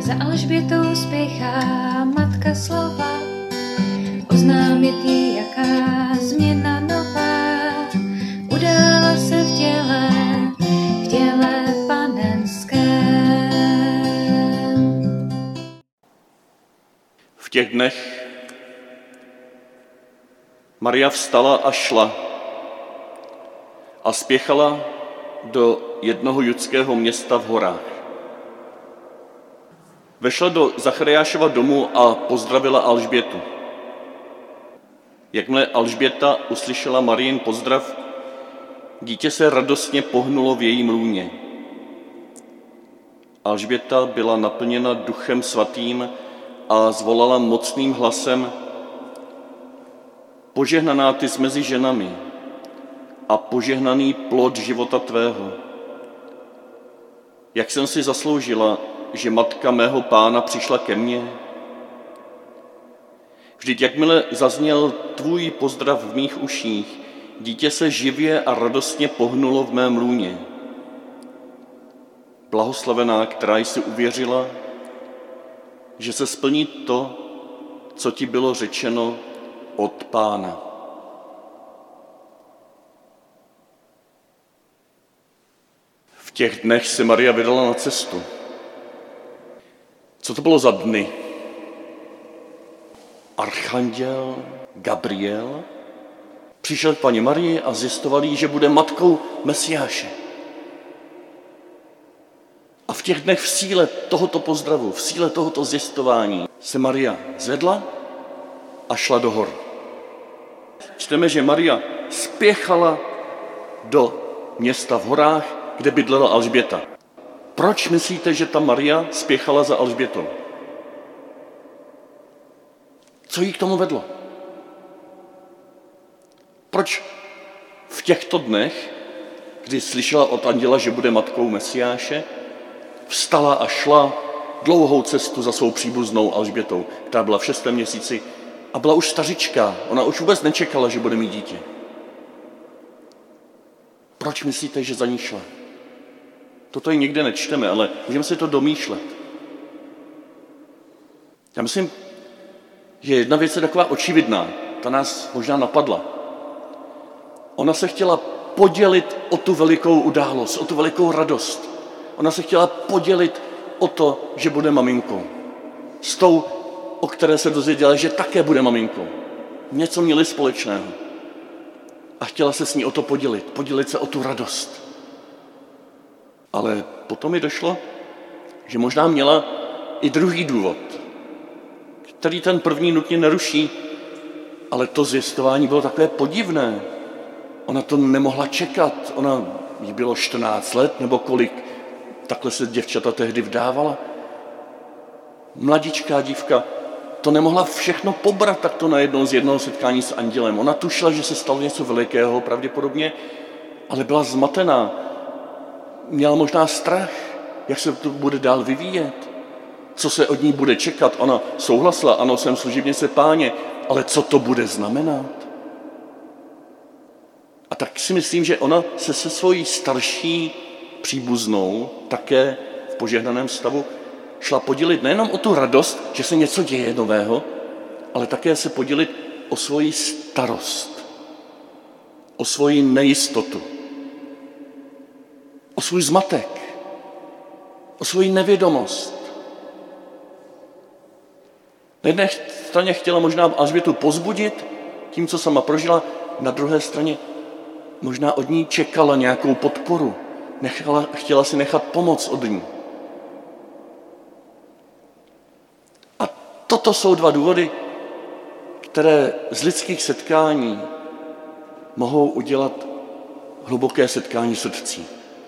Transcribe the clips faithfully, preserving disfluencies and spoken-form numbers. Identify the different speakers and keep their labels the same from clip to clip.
Speaker 1: Za Alžbětou spěchá matka slova, oznámit jí, jaká změna nová udála se v těle, v těle panenském.
Speaker 2: V těch dnech Maria vstala a šla a spěchala do jednoho judského města v horách. Vešla do Zachariášova domu a pozdravila Alžbětu. Jakmile Alžběta uslyšela Marijin pozdrav, dítě se radostně pohnulo v jejím lůně. Alžběta byla naplněna Duchem Svatým a zvolala mocným hlasem: Požehnaná ty jsi mezi ženami a požehnaný plod života tvého. Jak jsem si zasloužila, že matka mého Pána přišla ke mně? Vždyť jakmile zazněl tvůj pozdrav v mých uších, dítě se živě a radostně pohnulo v mém lůně. Blahoslavená, která jsi uvěřila, že se splní to, co ti bylo řečeno od Pána. V těch dnech se Maria vydala na cestu. Co to bylo za dny? Archanděl Gabriel přišel k paní Marii a zjistoval jí, že bude matkou Mesiáše. A v těch dnech v síle tohoto pozdravu, v síle tohoto zjistování se Maria zvedla a šla do hor. Čteme, že Maria spěchala do města v horách, kde bydlela Alžběta. Proč myslíte, že ta Maria spěchala za Alžbětou? Co jí k tomu vedlo? Proč v těchto dnech, kdy slyšela od anděla, že bude matkou Mesiáše, vstala a šla dlouhou cestu za svou příbuznou Alžbětou, která byla v šestém měsíci a byla už stařička. Ona už vůbec nečekala, že bude mít dítě. Proč myslíte, že za ní šla? Toto ji nikde nečteme, ale můžeme si to domýšlet. Já myslím, že jedna věc je taková očividná, ta nás možná napadla. Ona se chtěla podělit o tu velikou událost, o tu velikou radost. Ona se chtěla podělit o to, že bude maminkou. S tou, o které se dozvěděla, že také bude maminkou. Něco měli společného. A chtěla se s ní o to podělit, podělit se o tu radost. Ale potom mi došlo, že možná měla i druhý důvod, který ten první nutně neruší, ale to zvěstování bylo takové podivné. Ona to nemohla čekat, ona jí bylo čtrnáct let nebo kolik, takhle se děvčata tehdy vdávala. Mladičká dívka to nemohla všechno pobrat takto najednou z jednoho setkání s andělem. Ona tušila, že se stalo něco velikého pravděpodobně, ale byla zmatená. Měla možná strach, jak se to bude dál vyvíjet, co se od ní bude čekat. Ona souhlasila, ano, jsem služebnice Páně, ale co to bude znamenat? A tak si myslím, že ona se se svojí starší příbuznou, také v požehnaném stavu, šla podělit nejenom o tu radost, že se něco děje nového, ale také se podělit o svoji starost, o svoji nejistotu, o svůj zmatek, o svoji nevědomost. Na jedné straně chtěla možná Alžbětu pozbudit tím, co sama prožila, na druhé straně možná od ní čekala nějakou podporu, nechala, chtěla si nechat pomoc od ní. A toto jsou dva důvody, které z lidských setkání mohou udělat hluboké setkání srdcí.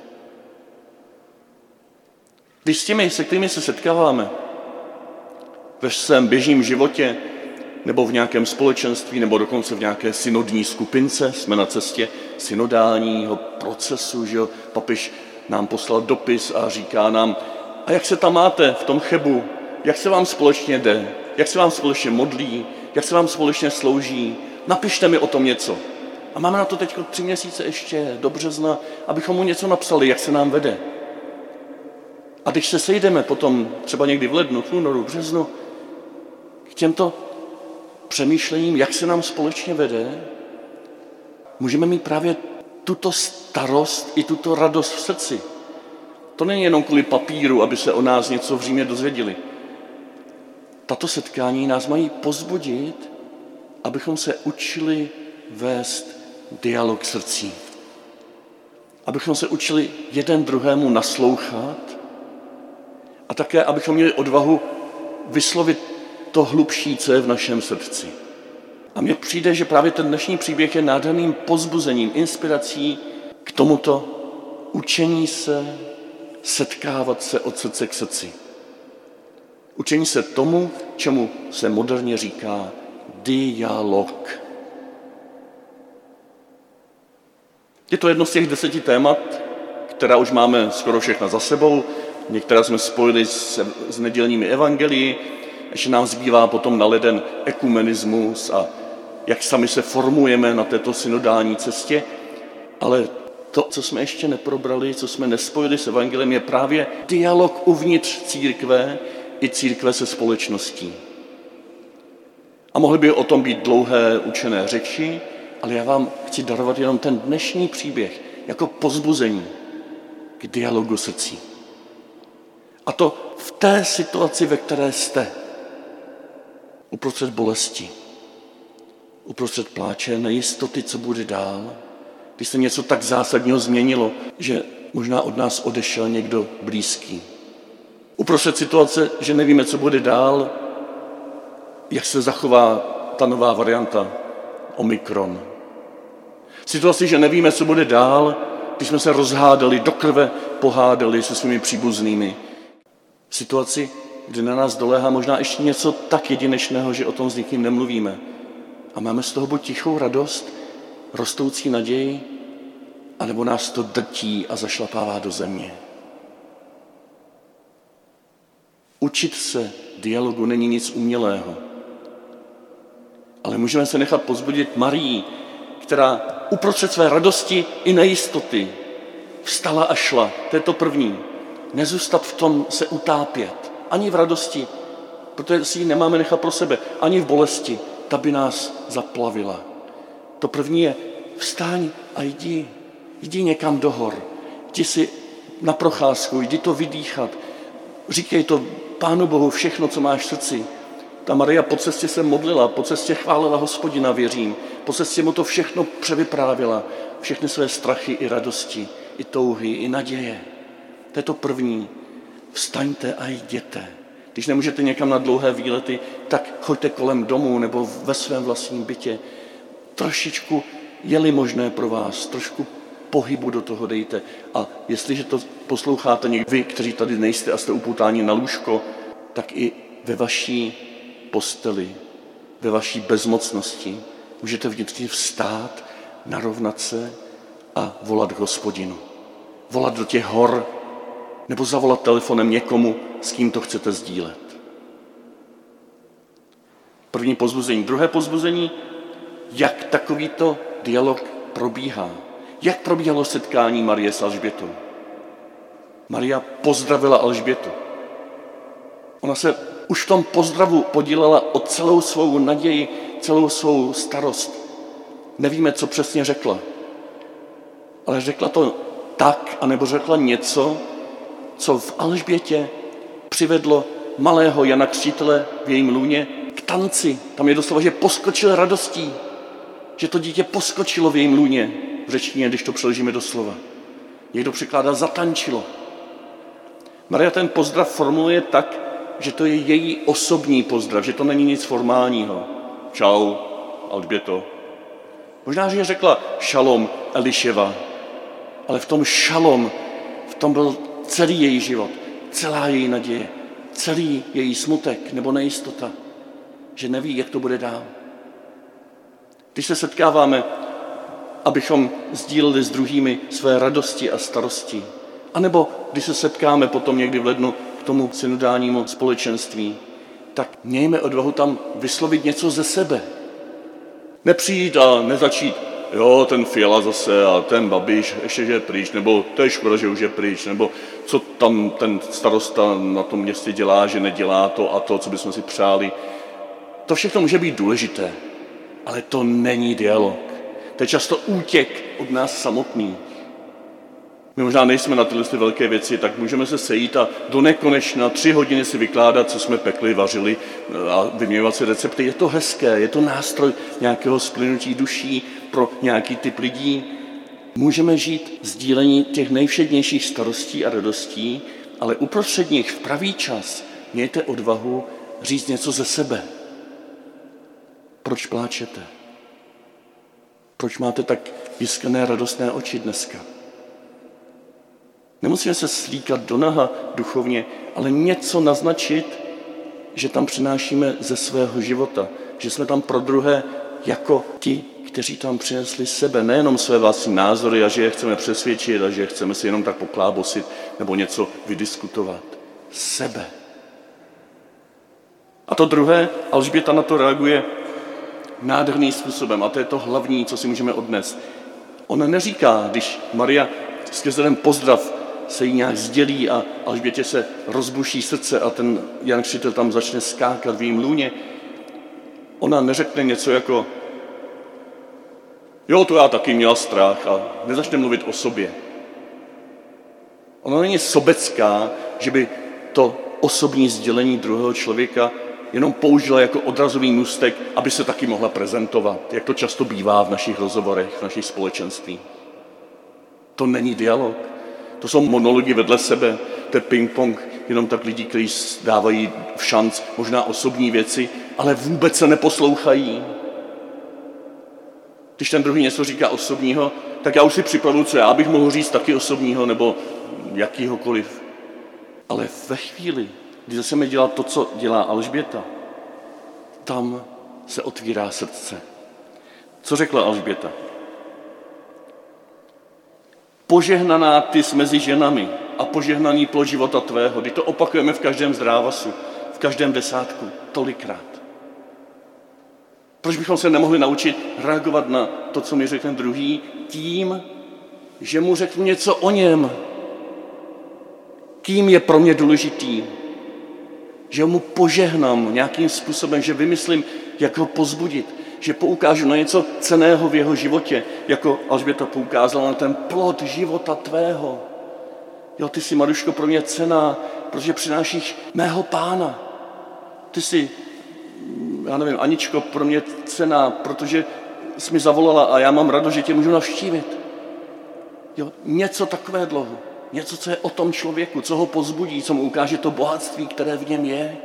Speaker 2: Když s těmi, se kterými se setkáváme ve svém běžném životě, nebo v nějakém společenství, nebo dokonce v nějaké synodní skupince, jsme na cestě synodálního procesu, že jo, papež nám poslal dopis a říká nám, a jak se tam máte v tom Chebu, jak se vám společně jde, jak se vám společně modlí, jak se vám společně slouží, napište mi o tom něco. A máme na to teď tři měsíce ještě do března, abychom mu něco napsali, jak se nám vede. A když se sejdeme potom třeba někdy v lednu, v únoru, v březnu, k těmto přemýšlením, jak se nám společně vede, můžeme mít právě tuto starost i tuto radost v srdci. To není jenom kvůli papíru, aby se o nás něco v Římě dozvěděli. Tato setkání nás mají povzbudit, abychom se učili vést dialog srdcí. Abychom se učili jeden druhému naslouchat a také, abychom měli odvahu vyslovit to hlubší, co je v našem srdci. A mně přijde, že právě ten dnešní příběh je nádherným povzbuzením, inspirací k tomuto učení se, setkávat se od srdce k srdci. Učení se tomu, čemu se moderně říká dialog. Je to jedno z těch deseti témat, která už máme skoro všechna za sebou. Některá jsme spojili s, s nedělními evangelii, ještě nám zbývá potom na leden ekumenismus a jak sami se formujeme na této synodální cestě. Ale to, co jsme ještě neprobrali, co jsme nespojili s evangeliem, je právě dialog uvnitř církve i církve se společností. A mohly by o tom být dlouhé učené řeči, ale já vám chci darovat jenom ten dnešní příběh jako povzbuzení k dialogu srdcí. A to v té situaci, ve které jste. Uprostřed bolesti, uprostřed pláče, nejistoty, co bude dál, když se něco tak zásadního změnilo, že možná od nás odešel někdo blízký. Uprostřed situace, že nevíme, co bude dál, jak se zachová ta nová varianta Omikron. Situaci, že nevíme, co bude dál, když jsme se rozhádali, do krve pohádali se svými příbuznými. Situaci, kdy na nás doléhá možná ještě něco tak jedinečného, že o tom s nikým nemluvíme. A máme z toho buď tichou radost, rostoucí naději, anebo nás to drtí a zašlapává do země. Učit se dialogu není nic umělého, ale můžeme se nechat povzbudit Marií, která uprostřed své radosti i nejistoty vstala a šla. To je to první. Nezůstat v tom se utápět. Ani v radosti, protože si ji nemáme nechat pro sebe. Ani v bolesti, ta by nás zaplavila. To první je vstaň a jdi. Jdi někam do hor. Jdi si na procházku, jdi to vydýchat. Říkej to Pánu Bohu všechno, co máš v srdci. Ta Maria po cestě se modlila, po cestě chválila Hospodina, věřím. Po cestě mu to všechno převyprávila. Všechny své strachy i radosti, i touhy, i naděje. To je to první. Vstaňte a jděte. Když nemůžete někam na dlouhé výlety, tak choďte kolem domu nebo ve svém vlastním bytě. Trošičku, je-li možné pro vás, trošku pohybu do toho dejte. A jestliže to posloucháte někdy vy, kteří tady nejste a jste upoutáni na lůžko, tak i ve vaší posteli, ve vaší bezmocnosti můžete vždycky vstát, narovnat se a volat k Hospodinu. Volat do těch hor nebo zavolat telefonem někomu, s kým to chcete sdílet. První povzbuzení. Druhé povzbuzení, jak takovýto dialog probíhá. Jak probíhalo setkání Marie s Alžbětou? Maria pozdravila Alžbětu. Ona se už v tom pozdravu podílela o celou svou naději, celou svou starost. Nevíme, co přesně řekla. Ale řekla to tak, anebo řekla něco, co v Alžbětě přivedlo malého Jana Křtitele v jejím lůně k tanci. Tam je doslova, že poskočil radostí, že to dítě poskočilo v jejím lůně v řečtině, když to přeložíme do slova. Někdo překládá zatančilo. Maria ten pozdrav formuluje tak, že to je její osobní pozdrav, že to není nic formálního. Čau, Alžběto. Možná, že řekla šalom Eliševa, ale v tom šalom, v tom byl celý její život, celá její naděje, celý její smutek nebo nejistota, že neví, jak to bude dál. Když se setkáváme, abychom sdíleli s druhými své radosti a starosti, anebo když se setkáme potom někdy v lednu k tomu synodálnímu společenství, tak mějme odvahu tam vyslovit něco ze sebe. Nepřijít a nezačít, jo, ten Fiala zase a ten Babiš ještě, že je pryč, nebo to je škoda, že už je pryč, nebo co tam ten starosta na tom městě dělá, že nedělá to a to, co bychom si přáli. To všechno může být důležité, ale to není dialog. To je často útěk od nás samotných. My možná nejsme na tyhle ty velké věci, tak můžeme se sejít a do nekonečna tři hodiny si vykládat, co jsme pekli, vařili a vyměňovat si recepty. Je to hezké, je to nástroj nějakého splynutí duší pro nějaký typ lidí. Můžeme žít sdílení těch nejvšednějších starostí a radostí, ale uprostřed nich v pravý čas mějte odvahu říct něco ze sebe. Proč pláčete? Proč máte tak vyskané radostné oči dneska? Nemusíme se slíkat do naha duchovně, ale něco naznačit, že tam přinášíme ze svého života, že jsme tam pro druhé jako ti, kteří tam přinesli sebe, nejenom své vlastní názory a že je chceme přesvědčit a že chceme si jenom tak poklábosit nebo něco vydiskutovat. Sebe. A to druhé, Alžběta na to reaguje nádherným způsobem a to je to hlavní, co si můžeme odnést. Ona neříká, když Maria skrze ten pozdrav se jí nějak sdělí a Alžbětě se rozbuší srdce a ten Jan Křtitel tam začne skákat v jejím lůně. Ona neřekne něco jako jo, to já taky měla strach a nezačne mluvit o sobě. Ona není sobecká, že by to osobní sdělení druhého člověka jenom použila jako odrazový můstek, aby se taky mohla prezentovat, jak to často bývá v našich rozhovorech, v našich společenstvích. To není dialog. To jsou monology vedle sebe, to je ping-pong, jenom tak lidi, kteří dávají v šanc možná osobní věci, ale vůbec se neposlouchají. Když ten druhý něco říká osobního, tak já už si připravuju, co já bych mohl říct taky osobního nebo jakýhokoliv. Ale ve chvíli, kdy začneme dělat to, co dělá Alžběta, tam se otvírá srdce. Co řekla Alžběta? Požehnaná ty jsi mezi ženami a požehnaný plod života tvého. Když to opakujeme v každém zdrávasu, v každém desátku, tolikrát. Proč bychom se nemohli naučit reagovat na to, co mi řekne druhý, tím, že mu řeknu něco o něm. Kým je pro mě důležitý. Že mu požehnám nějakým způsobem, že vymyslím, jak ho pozbudit, že poukážu na něco cenného v jeho životě, jako Alžběta poukázala na ten plod života tvého. Jo, ty jsi, Maruško, pro mě cenná, protože přinášíš mého pána. Ty jsi, já nevím, Aničko, pro mě cenná, protože jsi mi zavolala a já mám radost, že tě můžu navštívit. Jo, něco takové dlouho. Něco, co je o tom člověku, co ho pozbudí, co mu ukáže to bohatství, které v něm je.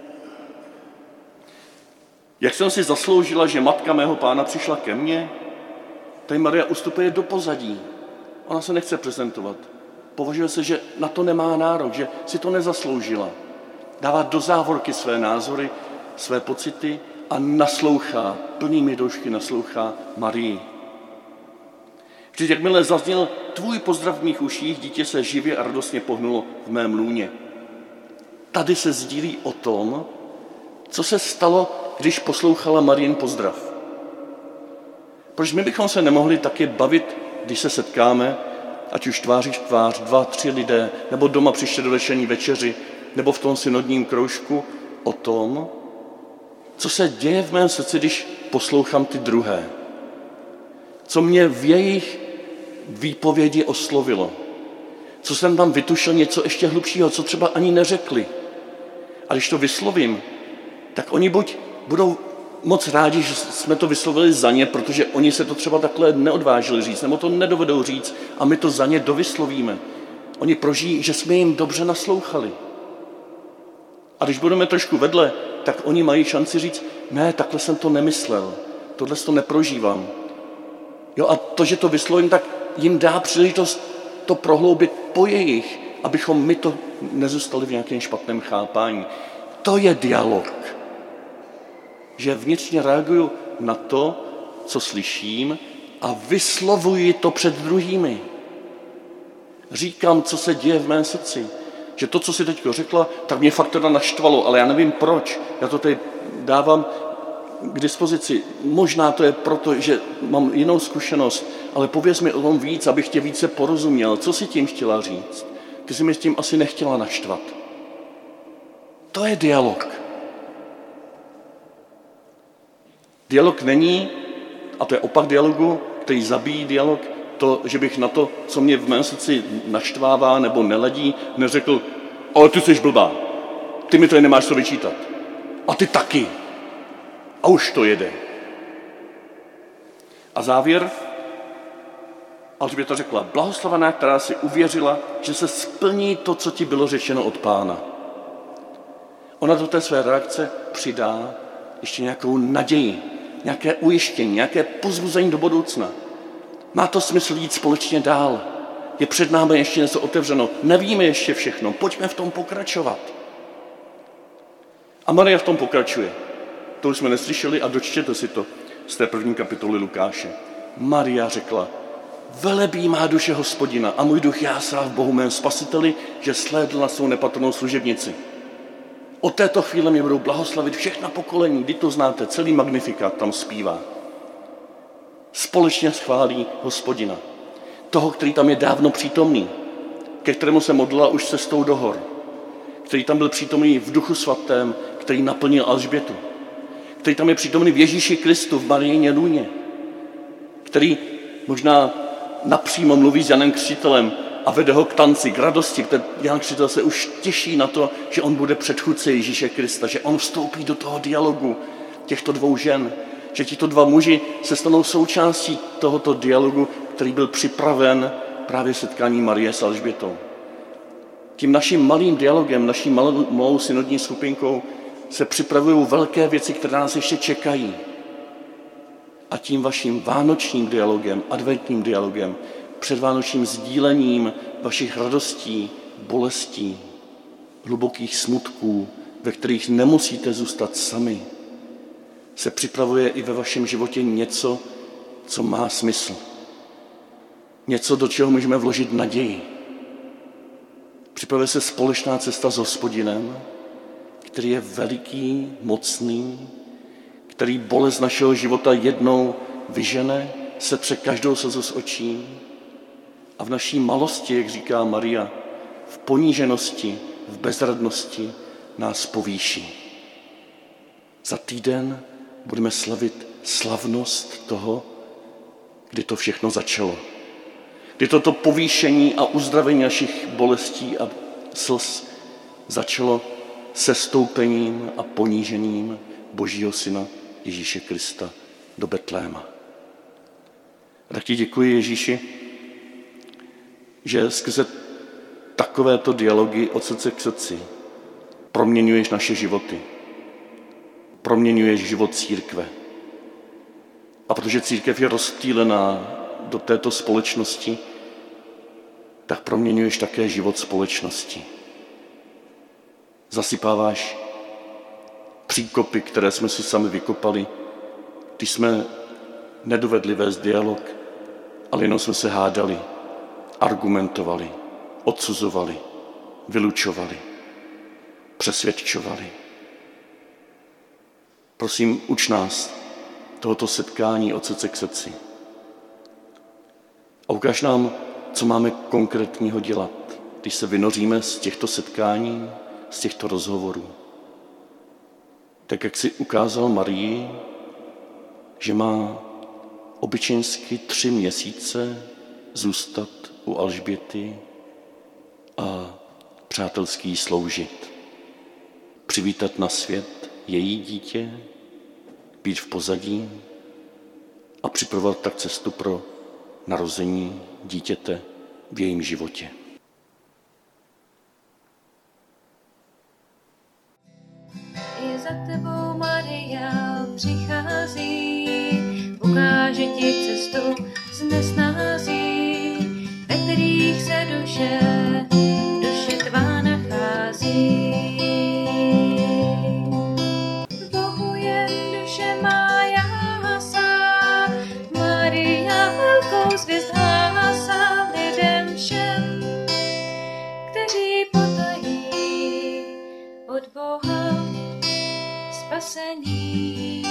Speaker 2: Jak jsem si zasloužila, že matka mého pána přišla ke mně, tady Maria ustupuje do pozadí. Ona se nechce prezentovat. Považuje se, že na to nemá nárok, že si to nezasloužila. Dává do závorky své názory, své pocity a naslouchá, plnými doušky naslouchá Marii. Vždyť jakmile zazněl tvůj pozdrav v mých uších, dítě se živě a radostně pohnulo v mém lůně. Tady se sdílí o tom, co se stalo, když poslouchala Marijin pozdrav. Proč my bychom se nemohli taky bavit, když se setkáme, ať už tváří v tvář, dva, tři lidé, nebo doma při štědrovečerní večeři, nebo v tom synodním kroužku, o tom, co se děje v mém srdci, když poslouchám ty druhé. Co mě v jejich výpovědi oslovilo. Co jsem tam vytušil něco ještě hlubšího, co třeba ani neřekli. A když to vyslovím, tak oni buď budou moc rádi, že jsme to vyslovili za ně, protože oni se to třeba takhle neodvážili říct, nebo to nedovedou říct a my to za ně dovyslovíme. Oni prožijí, že jsme jim dobře naslouchali. A když budeme trošku vedle, tak oni mají šanci říct, ne, takhle jsem to nemyslel, tohle to neprožívám. Jo, a to, že to vyslovím, tak jim dá příležitost to prohloubit po jejich, abychom my to nezůstali v nějakém špatném chápání. To je dialog. Že vnitřně reaguju na to, co slyším a vyslovuji to před druhými. Říkám, co se děje v mém srdci. Že to, co si teď řekla, tak mě fakt teda naštvalo, ale já nevím proč. Já to tady dávám k dispozici. Možná to je proto, že mám jinou zkušenost, ale pověz mi o tom víc, abych tě více porozuměl. Co jsi tím chtěla říct? Ty jsi mi s tím asi nechtěla naštvat. To je dialog. Dialog není, a to je opak dialogu, který zabíjí dialog, to, že bych na to, co mě v mém srdci naštvává nebo neladí, neřekl, ale ty jsi blbá, ty mi to nemáš co vyčítat. A ty taky. A už to jede. A závěr, Alžběta řekla, blahoslavená, která si uvěřila, že se splní to, co ti bylo řečeno od Pána. Ona do té své reakce přidá ještě nějakou naději, nějaké ujištění, nějaké pozbuzení do budoucna. Má to smysl jít společně dál. Je před námi ještě něco otevřeno. Nevíme ještě všechno. Pojďme v tom pokračovat. A Maria v tom pokračuje. To už jsme neslyšeli a dočtěte si to z té první kapitoly Lukáše. Maria řekla, velebí má duše Hospodina a můj duch jásá v Bohu mém spasiteli, že slédl na svou nepatrnou služebnici. Od této chvíle mě budou blahoslavit všechna pokolení, kdy to znáte, celý Magnifikát tam zpívá. Společně schválí Hospodina. Toho, který tam je dávno přítomný, ke kterému se modlila už cestou do hor, který tam byl přítomný v Duchu svatém, který naplnil Alžbětu, který tam je přítomný v Ježíši Kristu, v Marijně lůně, který možná napřímo mluví s Janem Křtitelem a vede ho k tanci, k radosti. Ten Jan Křtitel se už těší na to, že on bude předchůdce Ježíše Krista, že on vstoupí do toho dialogu těchto dvou žen, že tito dva muži se stanou součástí tohoto dialogu, který byl připraven právě setkání Marie s Alžbětou. Tím naším malým dialogem, naší malou, malou synodní skupinkou se připravují velké věci, které nás ještě čekají. A tím vaším vánočním dialogem, adventním dialogem, předvánočním sdílením vašich radostí, bolestí, hlubokých smutků, ve kterých nemusíte zůstat sami, se připravuje i ve vašem životě něco, co má smysl. Něco, do čeho můžeme vložit naději. Připravuje se společná cesta s Hospodinem, který je veliký, mocný, který bolest našeho života jednou vyžene, setře každou slzu z očí a v naší malosti, jak říká Maria, v poníženosti, v bezradnosti nás povýší. Za týden budeme slavit slavnost toho, kdy to všechno začalo. Kdy toto povýšení a uzdravení našich bolestí a slz začalo sestoupením a ponížením Božího Syna Ježíše Krista do Betléma. Tak ti děkuji, Ježíši, že skrze takovéto dialogy od srdce k srdci proměňuješ naše životy. Proměňuješ život církve. A protože církev je rozptýlená do této společnosti, tak proměňuješ také život společnosti. Zasypáváš příkopy, které jsme si sami vykopali, když jsme nedovedli vést dialog, ale jenom jsme se hádali, argumentovali, odsuzovali, vylučovali, přesvědčovali. Prosím, uč nás tohoto setkání od srdce k srdci. A ukáž nám, co máme konkrétního dělat, když se vynoříme z těchto setkání, z těchto rozhovorů. Tak, jak jsi ukázal Marii, že má obyčejnsky tři měsíce zůstat u Alžběty a přátelsky jí sloužit. Přivítat na svět její dítě, být v pozadí a připravovat tak cestu pro narození dítěte v jejím životě.
Speaker 1: Je za tebou, Maria, přichází, ukáže ti cestu z nesnází, ve kterých se duše, duše tvá nachází. V Bohu jen duše má jásá, Maria velkou zvěst hlásá lidem všem, kteří potají od Boha spasení.